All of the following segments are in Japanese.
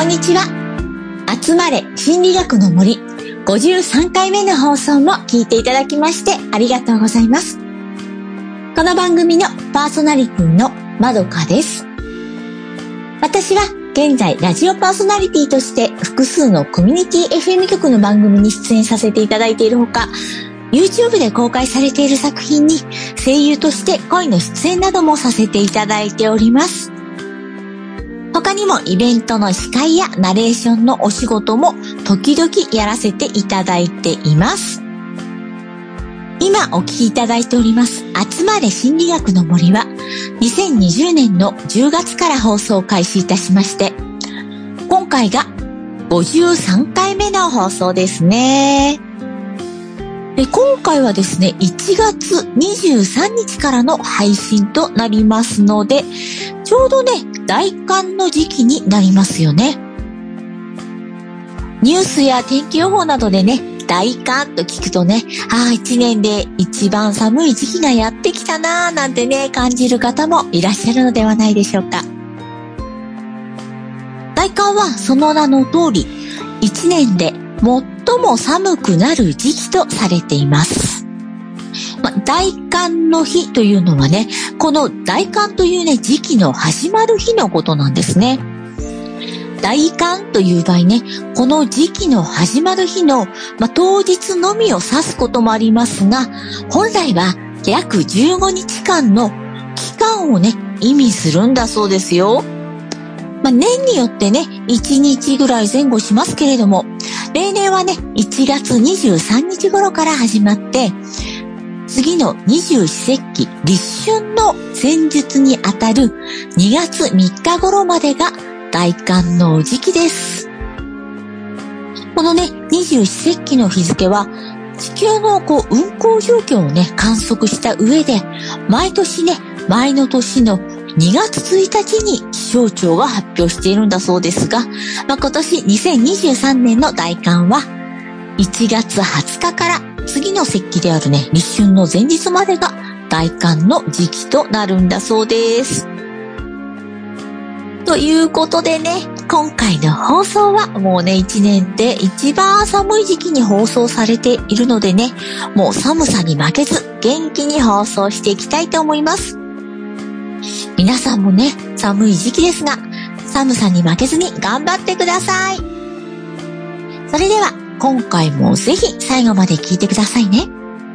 んにちは。集まれ心理学の森53回目の放送も聞いていただきましてありがとうございます。この番組のパーソナリティのまどかです。私は現在ラジオパーソナリティとして複数のコミュニティ FM 局の番組に出演させていただいているほか、YouTube で公開されている作品に声優として声の出演などもさせていただいております。他にもイベントの司会やナレーションのお仕事も時々やらせていただいています。今お聞きいただいております集まれ心理学の森は2020年の10月から放送を開始いたしまして、今回が53回目の放送ですね。で、今回はですね、1月23日からの配信となりますので、ちょうどね、大寒の時期になりますよね。ニュースや天気予報などでね、大寒と聞くとね、1年で一番寒い時期がやってきたなーなんてね、感じる方もいらっしゃるのではないでしょうか。大寒はその名の通り、一年で最も寒くなる時期とされています。大寒の日というのはね、この大寒というね、時期の始まる日のことなんですね。大寒という場合ね、この時期の始まる日の、当日のみを指すこともありますが、本来は約15日間の期間をね、意味するんだそうですよ。年によってね、1日ぐらい前後しますけれども、例年はね、1月23日頃から始まって、次の二十四節気立春の前日にあたる2月3日頃までが大寒の時期です。このね、二十四節気の日付は地球の運行状況をね、観測した上で、毎年ね、前の年の2月1日に気象庁が発表しているんだそうですが、今年2023年の大寒は1月20日から次の節気であるね、立春の前日までが大寒の時期となるんだそうです。ということでね、今回の放送はもうね、1年で一番寒い時期に放送されているのでね、もう寒さに負けず元気に放送していきたいと思います。皆さんもね、寒い時期ですが、寒さに負けずに頑張ってください。それでは、今回もぜひ最後まで聞いてくださいね。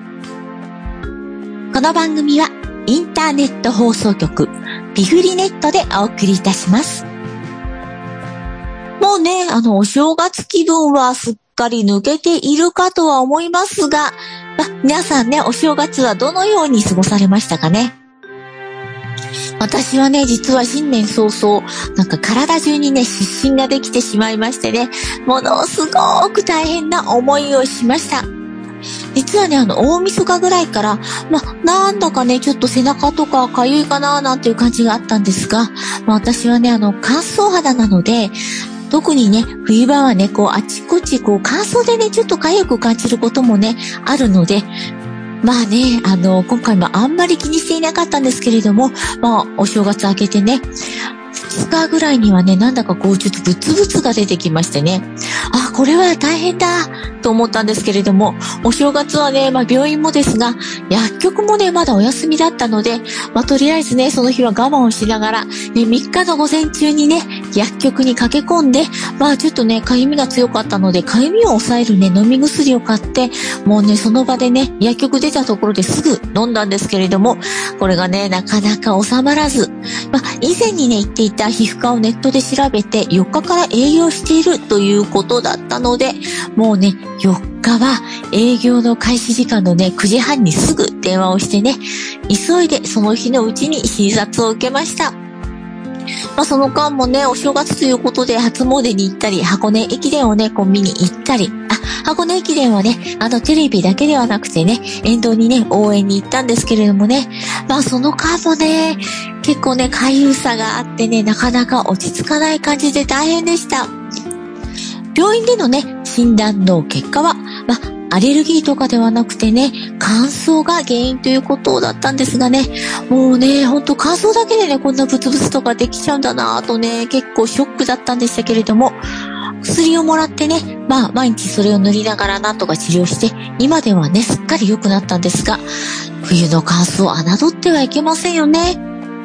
この番組はインターネット放送局ピフリネットでお送りいたします。もうね、お正月気分はすっかり抜けているかとは思いますが、皆さんね、お正月はどのように過ごされましたかね。私はね、実は新年早々、体中にね、湿疹ができてしまいましてね、ものすごく大変な思いをしました。実はね、大晦日ぐらいから、なんだかね、ちょっと背中とか痒いかななんていう感じがあったんですが、私はね、乾燥肌なので、特にね、冬場はね、あちこち乾燥でね、ちょっと痒く感じることもね、あるので、今回もあんまり気にしていなかったんですけれども、お正月明けてね、2日ぐらいにはね、なんだかちょっとブツブツが出てきましてね、これは大変だと思ったんですけれども、お正月はね、病院もですが、薬局もね、まだお休みだったので、とりあえずね、その日は我慢をしながら、3日の午前中にね、薬局に駆け込んで、ちょっとね、痒みが強かったので、痒みを抑えるね、飲み薬を買って、もうね、その場でね、薬局出たところですぐ飲んだんですけれども、これがね、なかなか収まらず、以前にね、言っていた皮膚科をネットで調べて、4日から営業しているということだったので、もうね、4日は営業の開始時間のね、9時半にすぐ電話をしてね、急いでその日のうちに診察を受けました。その間もね、お正月ということで初詣に行ったり、箱根駅伝をね、見に行ったり、箱根駅伝はね、テレビだけではなくてね、沿道にね、応援に行ったんですけれどもね、その間もね、結構ね、痒さがあってね、なかなか落ち着かない感じで大変でした。病院でのね、診断の結果は、 アレルギーとかではなくてね、乾燥が原因ということだったんですがね、もうね、ほんと乾燥だけでね、こんなブツブツとかできちゃうんだなぁとね、結構ショックだったんでしたけれども、薬をもらってね、毎日それを塗りながらなんとか治療して、今ではね、すっかり良くなったんですが、冬の乾燥を侮ってはいけませんよね。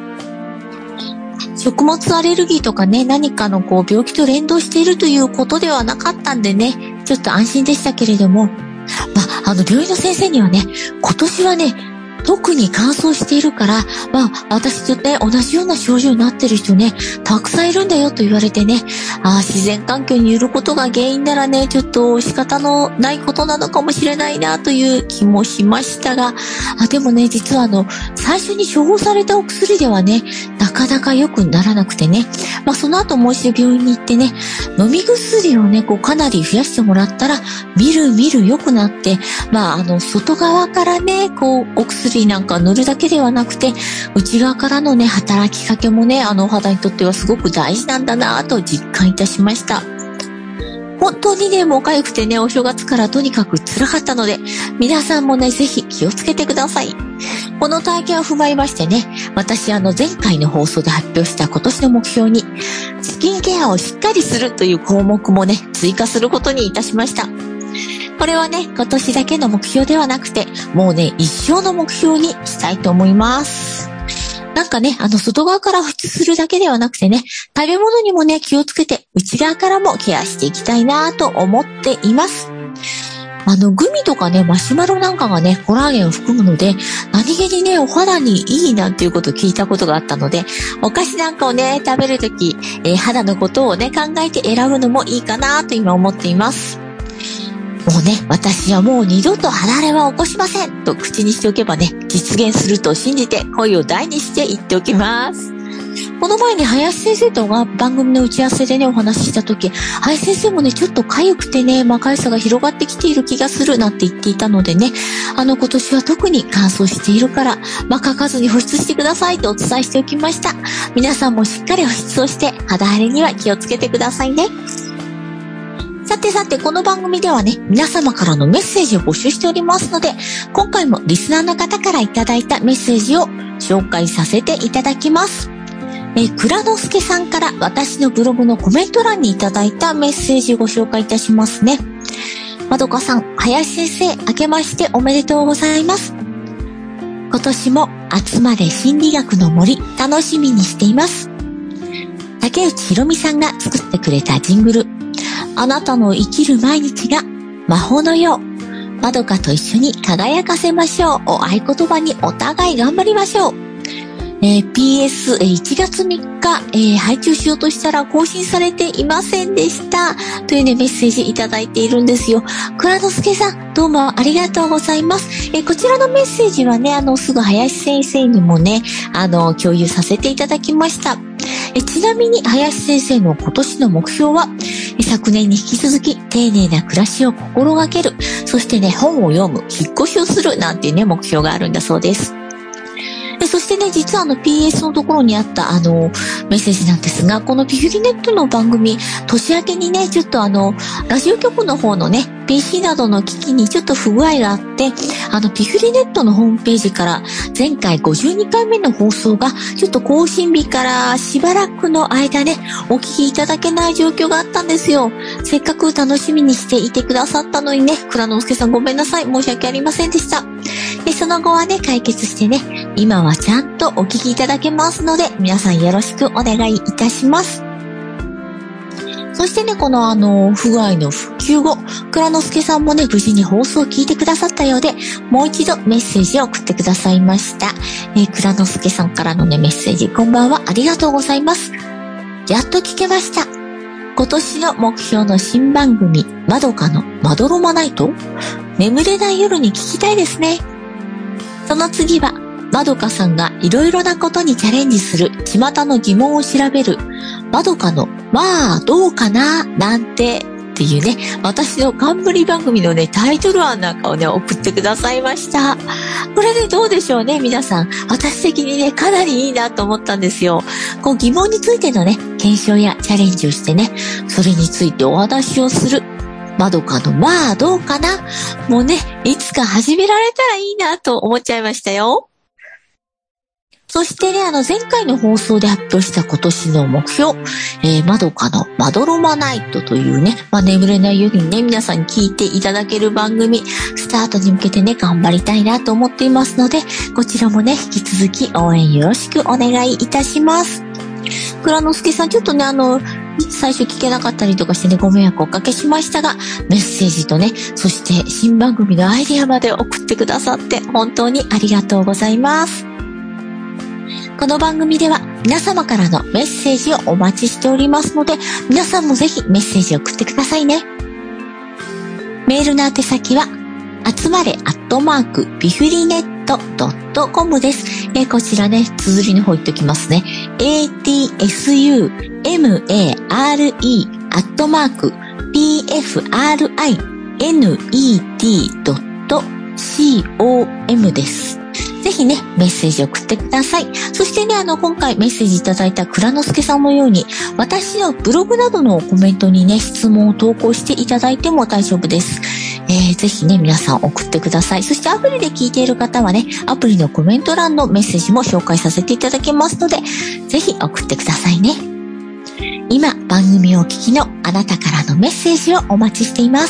食物アレルギーとかね、何かの病気と連動しているということではなかったんでね、ちょっと安心でしたけれども、病院の先生にはね、今年はね、特に乾燥しているから、私とね、同じような症状になってる人ね、たくさんいるんだよと言われてね、自然環境にいることが原因ならね、ちょっと仕方のないことなのかもしれないなという気もしましたが、でもね、実は最初に処方されたお薬ではね、なかなか良くならなくてね、その後もう一度病院に行ってね、飲み薬をね、かなり増やしてもらったら、みるみる良くなって、外側からね、お薬なんか塗るだけではなくて、内側からのね、働きかけもね、お肌にとってはすごく大事なんだなぁと実感いたしました。本当にね、もう痒くてね、お正月からとにかく辛かったので、皆さんもね、ぜひ気をつけてください。この体験を踏まえましてね、私前回の放送で発表した今年の目標に、スキンケアをしっかりするという項目もね、追加することにいたしました。これはね、今年だけの目標ではなくて、もうね、一生の目標にしたいと思います。なんかね、外側から保湿するだけではなくてね、食べ物にもね、気をつけて、内側からもケアしていきたいなと思っています。グミとかね、マシュマロなんかがね、コラーゲンを含むので、何気にね、お肌にいいなんていうことを聞いたことがあったので、お菓子なんかをね、食べるとき、肌のことをね、考えて選ぶのもいいかなと今思っています。もうね、私はもう二度と肌荒れは起こしませんと口にしておけばね、実現すると信じて声を大にして言っておきます。この前ね、林先生とが番組の打ち合わせでね、お話ししたとき、林先生もね、ちょっと痒くてね、痒さが広がってきている気がするなんて言っていたのでね、今年は特に乾燥しているから、かかずに保湿してくださいとお伝えしておきました。皆さんもしっかり保湿をして、肌荒れには気をつけてくださいね。さて、この番組ではね、皆様からのメッセージを募集しておりますので、今回もリスナーの方からいただいたメッセージを紹介させていただきます。倉之助さんから私のブログのコメント欄にいただいたメッセージをご紹介いたしますね。まどかさん、林先生、明けましておめでとうございます。今年も集まれ心理学の森、楽しみにしています。竹内ひろみさんが作ってくれたジングル、あなたの生きる毎日が魔法のよう、まどかと一緒に輝かせましょうを合言葉にお互い頑張りましょう。PS1 月3日、配給しようとしたら更新されていませんでしたというねメッセージいただいているんですよ。倉之助さん、どうもありがとうございます。こちらのメッセージはね、すぐ林先生にもね、共有させていただきました。ちなみに林先生の今年の目標は、昨年に引き続き丁寧な暮らしを心がける、そしてね、本を読む、引っ越しをするなんていうね、目標があるんだそうです。そしてね、実はPS のところにあったメッセージなんですが、このピフリネットの番組、年明けにね、ちょっとラジオ局の方のね、PC などの機器にちょっと不具合があって、ピフリネットのホームページから前回52回目の放送がちょっと更新日からしばらくの間ね、お聞きいただけない状況があったんですよ。せっかく楽しみにしていてくださったのにね、倉之助さんごめんなさい。申し訳ありませんでした。その後はね、解決してね、今はちゃんとお聞きいただけますので、皆さんよろしくお願いいたします。そしてね、この不具合の復旧後、倉之助さんもね、無事に放送を聞いてくださったようで、もう一度メッセージを送ってくださいました。倉之助さんからのね、メッセージ、こんばんは、ありがとうございます。やっと聞けました。今年の目標の新番組、まどかのまどろまナイト、眠れない夜に聞きたいですね。その次は、まどかさんがいろいろなことにチャレンジする巷の疑問を調べる、まどかのまあどうかななんてっていうね、私の冠番組のね、タイトル案なんかをね、送ってくださいました。これでどうでしょうね、皆さん。私的にね、かなりいいなと思ったんですよ。疑問についてのね、検証やチャレンジをしてね、それについてお話をする。 まどかのまあどうかなもうね、いつか始められたらいいなと思っちゃいましたよ。そしてね、前回の放送で発表した今年の目標、まどかのまどろまナイトというね、眠れない夜にね、皆さんに聞いていただける番組、スタートに向けてね、頑張りたいなと思っていますので、こちらもね、引き続き応援よろしくお願いいたします。倉之助さん、ちょっとね、最初聞けなかったりとかしてね、ご迷惑をおかけしましたが、メッセージとね、そして新番組のアイディアまで送ってくださって、本当にありがとうございます。この番組では皆様からのメッセージをお待ちしておりますので、皆さんもぜひメッセージを送ってくださいね。メールの宛先は、集まれビフリネット.com です。こちらね、綴りの方言っておきますね。atsumare@pfrinet.com です。ぜひね、メッセージを送ってください。そしてね、今回メッセージいただいた倉之助さんのように、私のブログなどのコメントにね、質問を投稿していただいても大丈夫です。ぜひね、皆さん送ってください。そしてアプリで聞いている方はね、アプリのコメント欄のメッセージも紹介させていただきますので、ぜひ送ってくださいね。今、番組をお聞きのあなたからのメッセージをお待ちしています。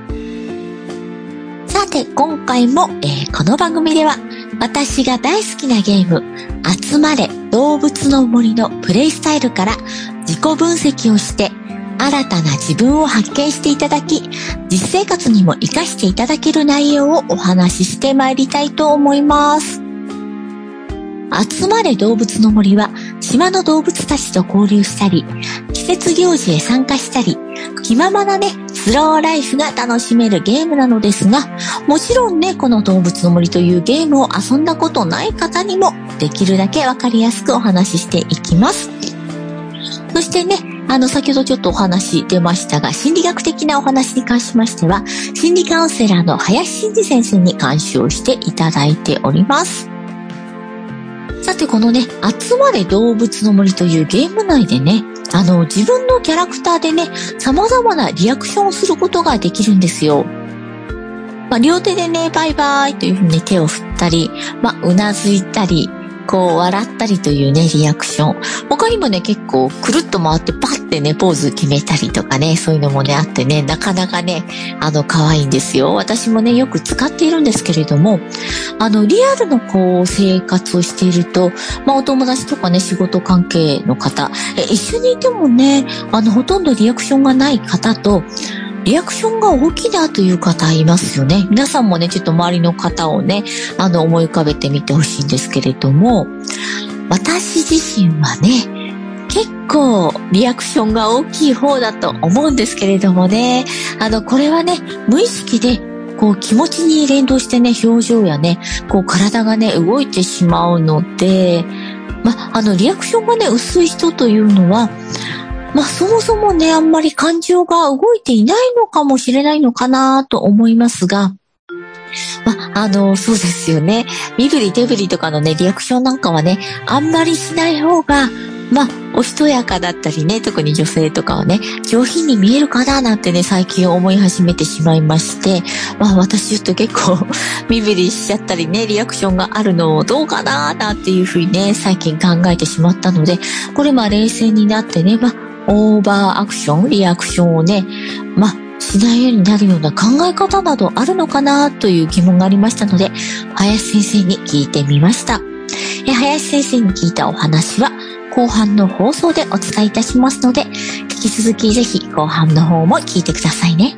さて、今回も、この番組では、私が大好きなゲーム、集まれ動物の森のプレイスタイルから自己分析をして、新たな自分を発見していただき、実生活にも活かしていただける内容をお話ししてまいりたいと思います。集まれ動物の森は、島の動物たちと交流したり、季節行事へ参加したり、気ままなね、スローライフが楽しめるゲームなのですが、もちろんね、この動物の森というゲームを遊んだことない方にも、できるだけわかりやすくお話ししていきます。そしてね、先ほどちょっとお話出ましたが、心理学的なお話に関しましては、心理カウンセラーの林真二先生に監修をしていただいております。さて、このね、集まれ動物の森というゲーム内でね、自分のキャラクターでね、様々なリアクションをすることができるんですよ。両手でね、バイバイというふうに手を振ったり、うなずいたり、こう笑ったりというね、リアクション。他にもね、結構くるっと回ってパッてね、ポーズ決めたりとかね、そういうのもね、あってね、なかなかね、可愛いんですよ。私もね、よく使っているんですけれども、リアルのこう、生活をしていると、お友達とかね、仕事関係の方、一緒にいてもね、ほとんどリアクションがない方と、リアクションが大きいなという方いますよね。皆さんもね、ちょっと周りの方をね、思い浮かべてみてほしいんですけれども、私自身はね、結構リアクションが大きい方だと思うんですけれどもね、これはね、無意識で、こう気持ちに連動してね、表情やね、こう体がね、動いてしまうので、リアクションがね、薄い人というのは、そもそもね、あんまり感情が動いていないのかもしれないのかなと思いますが、そうですよね。身振り手振りとかのね、リアクションなんかはね、あんまりしない方が、おしとやかだったりね、特に女性とかはね、上品に見えるかななんてね、最近思い始めてしまいまして、私ちょっと結構、身振りしちゃったりね、リアクションがあるのどうかななんていうふうにね、最近考えてしまったので、これ冷静になってね、オーバーアクション、リアクションをね、しないようになるような考え方などあるのかなという疑問がありましたので、林先生に聞いてみました。林先生に聞いたお話は、後半の放送でお伝えいたしますので、引き続きぜひ後半の方も聞いてくださいね。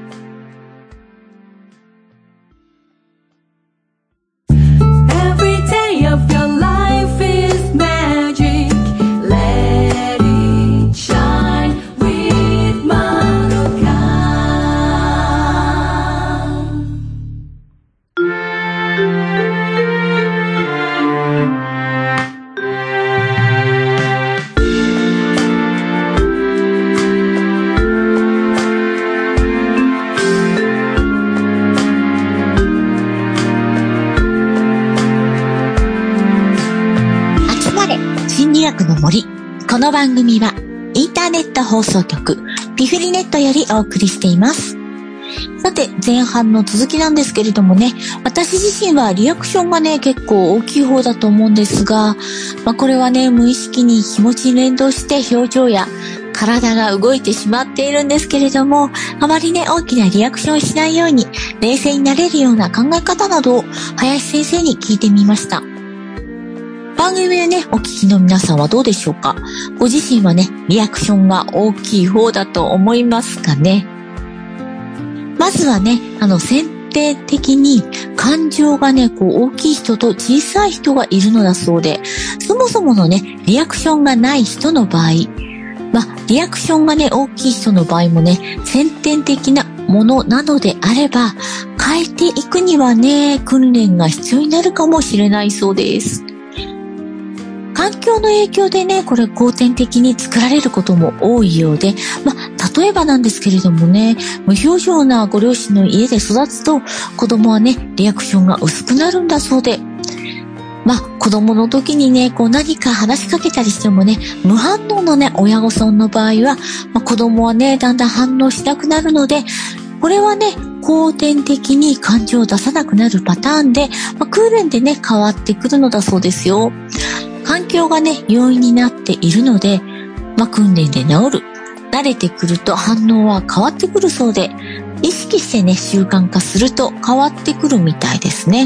この番組はインターネット放送局ピフリネットよりお送りしています。 さて、前半の続きなんですけれどもね、私自身はリアクションがね、結構大きい方だと思うんですが、これはね、無意識に気持ちに連動して表情や体が動いてしまっているんですけれども、あまりね、大きなリアクションをしないように、冷静になれるような考え方などを林先生に聞いてみました。番組をね、お聞きの皆さんはどうでしょうか？ご自身はね、リアクションが大きい方だと思いますかね？まずはね、先天的に感情がね、大きい人と小さい人がいるのだそうで、そもそものね、リアクションがない人の場合、リアクションがね、大きい人の場合もね、先天的なものなのであれば、変えていくにはね、訓練が必要になるかもしれないそうです。環境の影響でね、これ後天的に作られることも多いようで、例えばなんですけれどもね、無表情なご両親の家で育つと、子供はね、リアクションが薄くなるんだそうで、子供の時にね、何か話しかけたりしてもね、無反応のね、親御さんの場合は、子供はね、だんだん反応しなくなるので、これはね、後天的に感情を出さなくなるパターンで、訓練でね、変わってくるのだそうですよ。環境がね、要因になっているので、訓練で治る。慣れてくると反応は変わってくるそうで、意識してね、習慣化すると変わってくるみたいですね。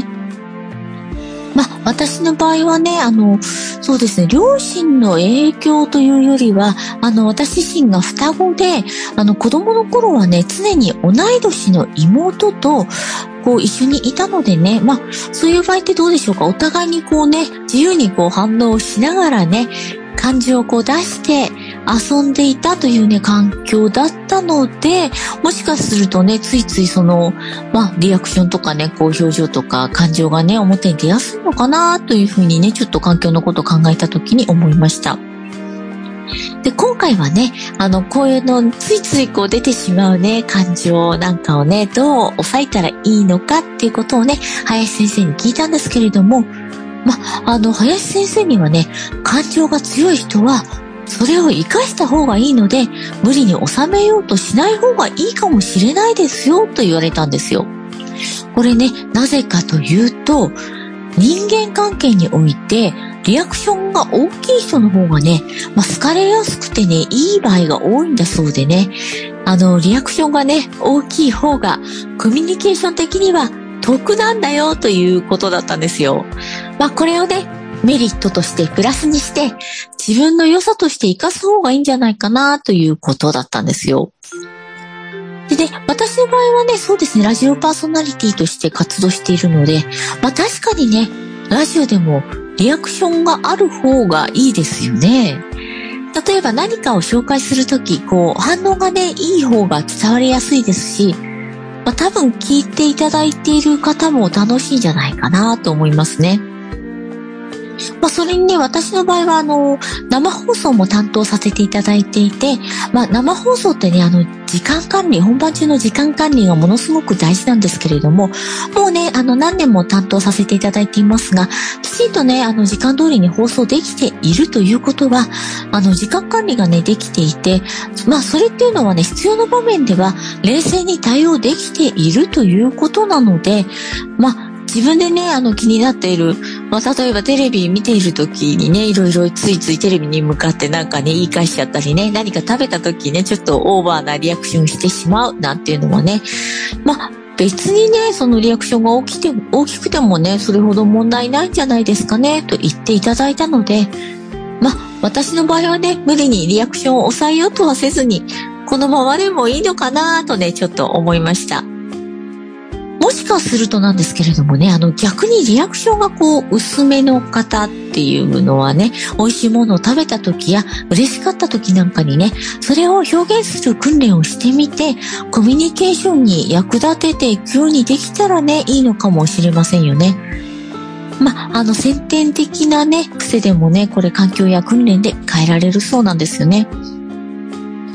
私の場合はね、そうですね、両親の影響というよりは、私自身が双子で、子供の頃はね、常に同い年の妹と、一緒にいたのでね、そういう場合ってどうでしょうか？お互いに自由に反応しながらね、感情を出して遊んでいたというね、環境だったので、もしかするとね、ついついリアクションとかね、表情とか感情がね、表に出やすいのかなというふうにね、ちょっと環境のことを考えたときに思いました。で、今回はね、こういうのついつい出てしまうね、感情なんかをね、どう抑えたらいいのかっていうことをね、林先生に聞いたんですけれども、林先生にはね、感情が強い人は、それを生かした方がいいので、無理に収めようとしない方がいいかもしれないですよ、と言われたんですよ。これね、なぜかというと、人間関係において、リアクションが大きい人の方がね、好かれやすくてね、いい場合が多いんだそうでね、リアクションがね、大きい方が、コミュニケーション的には得なんだよということだったんですよ。これをね、メリットとしてプラスにして、自分の良さとして活かす方がいいんじゃないかなということだったんですよ。でね、私の場合はね、そうですね、ラジオパーソナリティとして活動しているので、確かにね、ラジオでもリアクションがある方がいいですよね。例えば何かを紹介するとき、反応がね、いい方が伝わりやすいですし、多分聞いていただいている方も楽しいんじゃないかなと思いますね。それにね、私の場合は生放送も担当させていただいていて、生放送ってね、時間管理、本番中の時間管理がものすごく大事なんですけれども、もうね、何年も担当させていただいていますが、きちんとね、時間通りに放送できているということは、時間管理がね、できていて、それっていうのはね、必要な場面では、冷静に対応できているということなので、自分でね、気になっている、例えばテレビ見ている時にね、いろいろついついテレビに向かってなんかね、言い返しちゃったりね、何か食べた時ね、ちょっとオーバーなリアクションしてしまうなんていうのはね、別にね、そのリアクションが大きくてもね、それほど問題ないんじゃないですかね、と言っていただいたので、私の場合はね、無理にリアクションを抑えようとはせずに、このままでもいいのかなとね、ちょっと思いました。もしかするとなんですけれどもね、逆にリアクションが薄めの方っていうのはね、美味しいものを食べた時や嬉しかった時なんかにね、それを表現する訓練をしてみて、コミュニケーションに役立てていくようにできたらね、いいのかもしれませんよね。先天的なね、癖でもね、これ環境や訓練で変えられるそうなんですよね。そ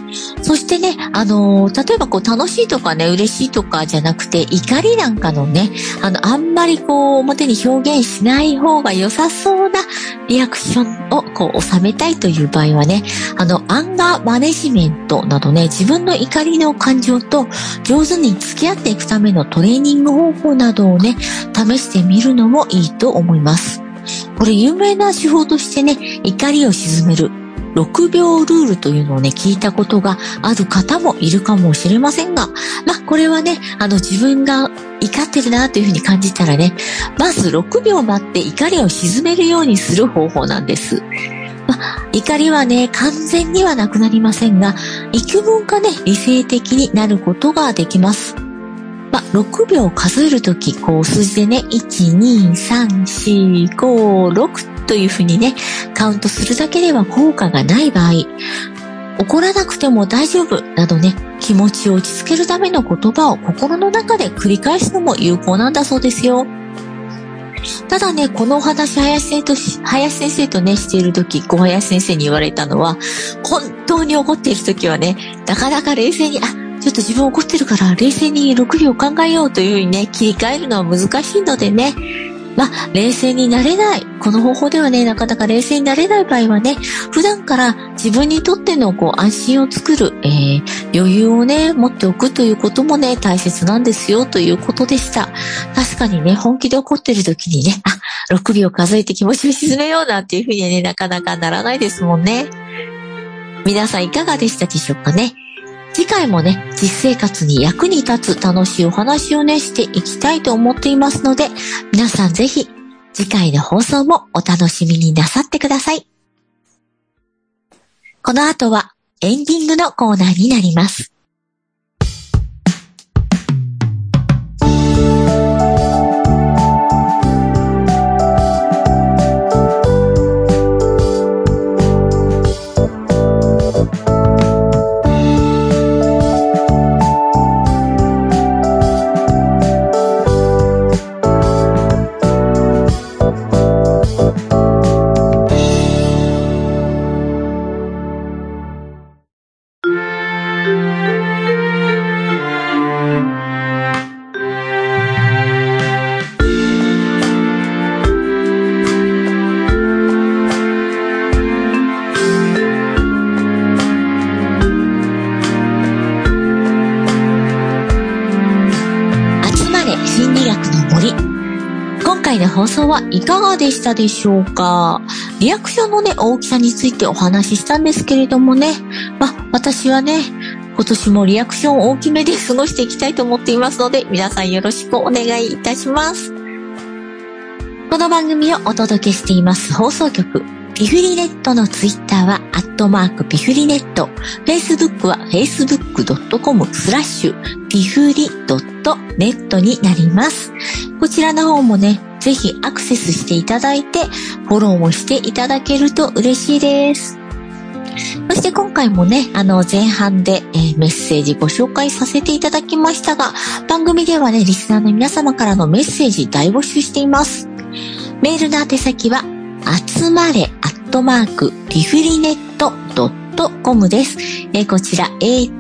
そしてね、例えば楽しいとかね、嬉しいとかじゃなくて、怒りなんかのね、あんまり表に表現しない方が良さそうなリアクションを収めたいという場合はね、アンガーマネジメントなどね、自分の怒りの感情と上手に付き合っていくためのトレーニング方法などをね、試してみるのもいいと思います。これ有名な手法としてね、怒りを鎮める6秒ルールというのをね、聞いたことがある方もいるかもしれませんが、これはね、自分が怒ってるなというふうに感じたらね、まず6秒待って怒りを鎮めるようにする方法なんです。怒りはね、完全にはなくなりませんが、幾分かね、理性的になることができます。6秒数えるとき、数字でね、1、2、3、4、5、6というふうにね、カウントするだけでは効果がない場合、怒らなくても大丈夫などね、気持ちを落ち着けるための言葉を心の中で繰り返すのも有効なんだそうですよ。ただね、このお話、林先生とね、しているとき、小林先生に言われたのは、本当に怒っているときはね、なかなか冷静に、ちょっと自分怒ってるから冷静に6秒考えようというふうにね、切り替えるのは難しいのでね、冷静になれない。この方法ではね、なかなか冷静になれない場合はね、普段から自分にとっての安心を作る、余裕をね、持っておくということもね、大切なんですよということでした。確かにね、本気で怒ってる時にね、6秒数えて気持ちを鎮めようなんていうふうにはね、なかなかならないですもんね。皆さんいかがでしたでしょうかね。次回もね、実生活に役に立つ楽しいお話をね、していきたいと思っていますので、皆さんぜひ次回の放送もお楽しみになさってください。この後はエンディングのコーナーになります。放送はいかがでしたでしょうか。リアクションのね、大きさについてお話ししたんですけれどもね、私はね、今年もリアクション大きめで過ごしていきたいと思っていますので、皆さんよろしくお願いいたします。この番組をお届けしています放送局、ピフリネットのツイッターは、ピフリネット、Facebook は facebook.com/ピフリ.net になります。こちらの方もね、ぜひアクセスしていただいて、フォローもしていただけると嬉しいです。そして今回もね、前半で、メッセージご紹介させていただきましたが、番組ではね、リスナーの皆様からのメッセージ大募集しています。メールの宛先は、集まれピフリネット.com です。こちら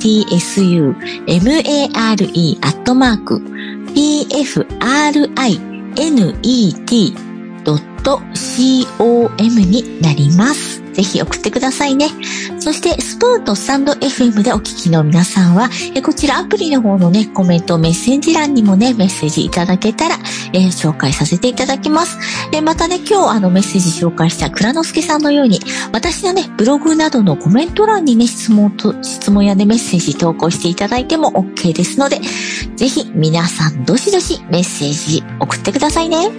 atsumare-pfrinet.com になります。ぜひ送ってくださいね。そしてスプーンとスタンド FM でお聞きの皆さんは、こちらアプリの方のね、コメントメッセージ欄にもね、メッセージいただけたら、紹介させていただきます。またね、今日メッセージ紹介した倉之介さんのように、私のね、ブログなどのコメント欄にね、質問やね、メッセージ投稿していただいても OK ですので、ぜひ皆さんどしどしメッセージ送ってくださいね。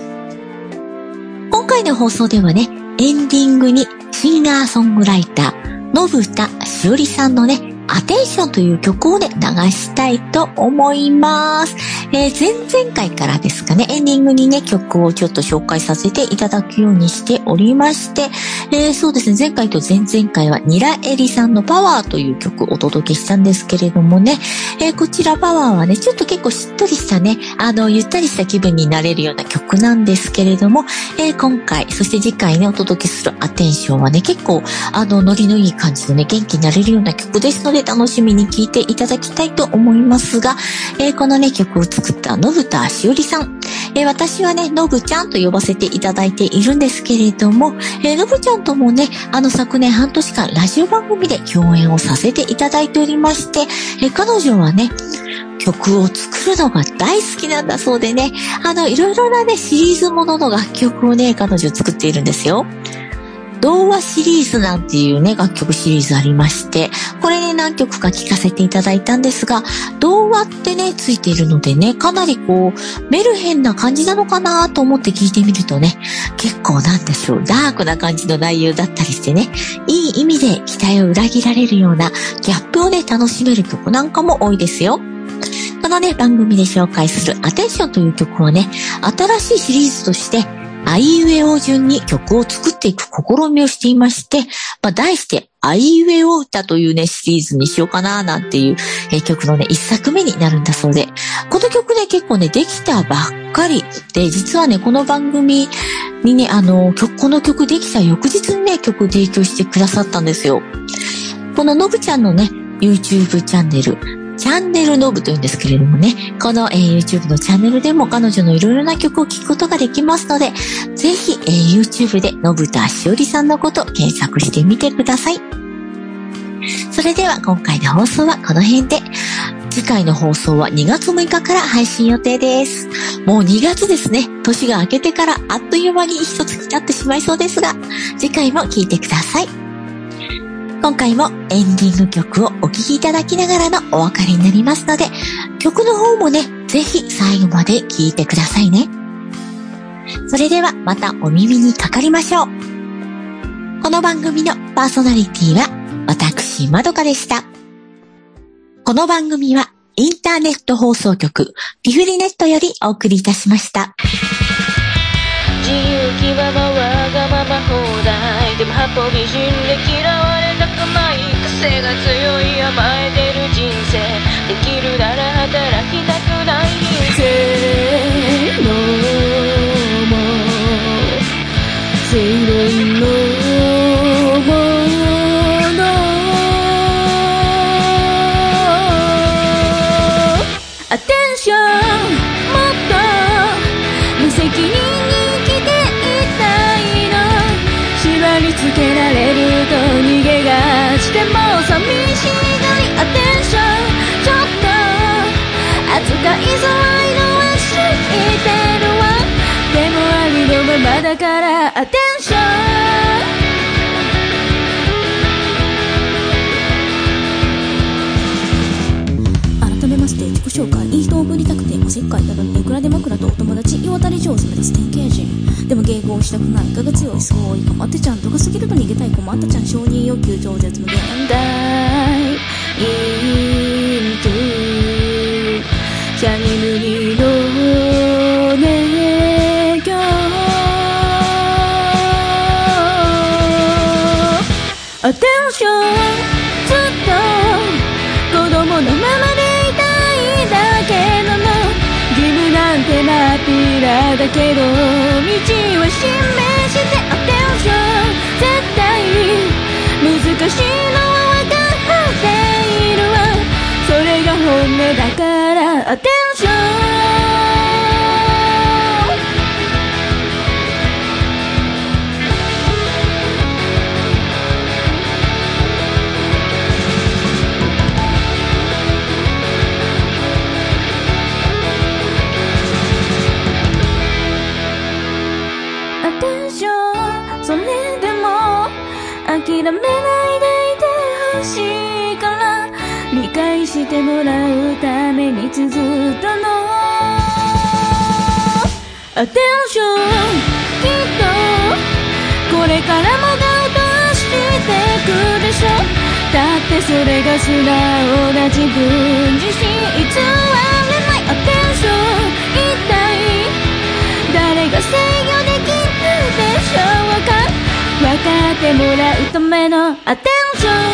今回の放送ではね、エンディングにシンガーソングライター、信田しおりさんのね、アテンションという曲をね、流したいと思います。前々回からですかね、エンディングにね、曲をちょっと紹介させていただくようにしておりまして、 そうですね、前回と前々回はニラエリさんのパワーという曲をお届けしたんですけれどもね、こちらパワーはね、ちょっと結構しっとりしたね、ゆったりした気分になれるような曲なんですけれども、今回、そして次回ね、お届けするアテンションはね、結構、ノリのいい感じのね、元気になれるような曲ですので、楽しみに聴いていただきたいと思いますが、このね、曲を作った信田しおりさん、私はね、のぶちゃんと呼ばせていただいているんですけれども、のぶちゃんともね、昨年半年間ラジオ番組で共演をさせていただいておりまして、彼女はね、曲を作るのが大好きなんだそうでね、いろいろなね、シリーズものの楽曲をね、彼女作っているんですよ。童話シリーズなんていうね、楽曲シリーズありまして、これね、何曲か聴かせていただいたんですが、童話ってね、ついているのでね、かなりこう、メルヘンな感じなのかなと思って聞いてみるとね、結構なんでしょう、ダークな感じの内容だったりしてね、いい意味で期待を裏切られるようなギャップをね、楽しめる曲なんかも多いですよ。このね、番組で紹介するアテンションという曲はね、新しいシリーズとして、あいうえお順に曲を作っていく試みをしていまして、題して、あいうえお歌というね、シリーズにしようかななんていう、曲のね、一作目になるんだそうで、この曲ね、結構ね、できたばっかりで、実はね、この番組にね、この曲できた翌日にね、曲を提供してくださったんですよ。こののぶちゃんのね、YouTube チャンネルのぶというんですけれどもね、この、YouTube のチャンネルでも彼女のいろいろな曲を聴くことができますので、ぜひ、YouTube でのぶたしおりさんのことを検索してみてください。それでは今回の放送はこの辺で、次回の放送は2月6日から配信予定です。もう2月ですね。年が明けてからあっという間に一月経ってしまいそうですが、次回も聴いてください。今回もエンディング曲をお聴きいただきながらのお別れになりますので、曲の方もね、ぜひ最後まで聴いてくださいね。それではまたお耳にかかりましょう。この番組のパーソナリティは私、まどかでした。この番組はインターネット放送局ピフリネットよりお送りいたしました。 自由気ままわがまま放題でも八方美人で嫌われたくない癖が強い甘えてる人生できるなら働きたくないせーのも正論のものアテンションもっと無責任に縛り付けられると逃げがちでも寂しいがりアテンションちょっと扱いづらいのは知ってるわでもありのままだからアテンション改めまして自己紹介いい人をぶりたくておせっかいたどっていくらで枕とお友達世渡り上手目指す典型人でも迎合したくないかが強いそういかまってちゃんとか過ぎると逃げたい困ったちゃん承認欲求超絶無限大イントゥシャニムニの熱狂アテンションずっと子供のままでいたいだけなの義務なんてまっぴらだけど道は示してアテンション絶対難しいのは分かっているわそれが本音だからアテンションそれでも諦めないでいてほしいから理解してもらうために綴ったのアテンションきっとこれからもガウトしてくでしょだってそれが素直な自分自身偽れないアテンション一体誰が制御できるでしょうか分かってもらうためのアテンション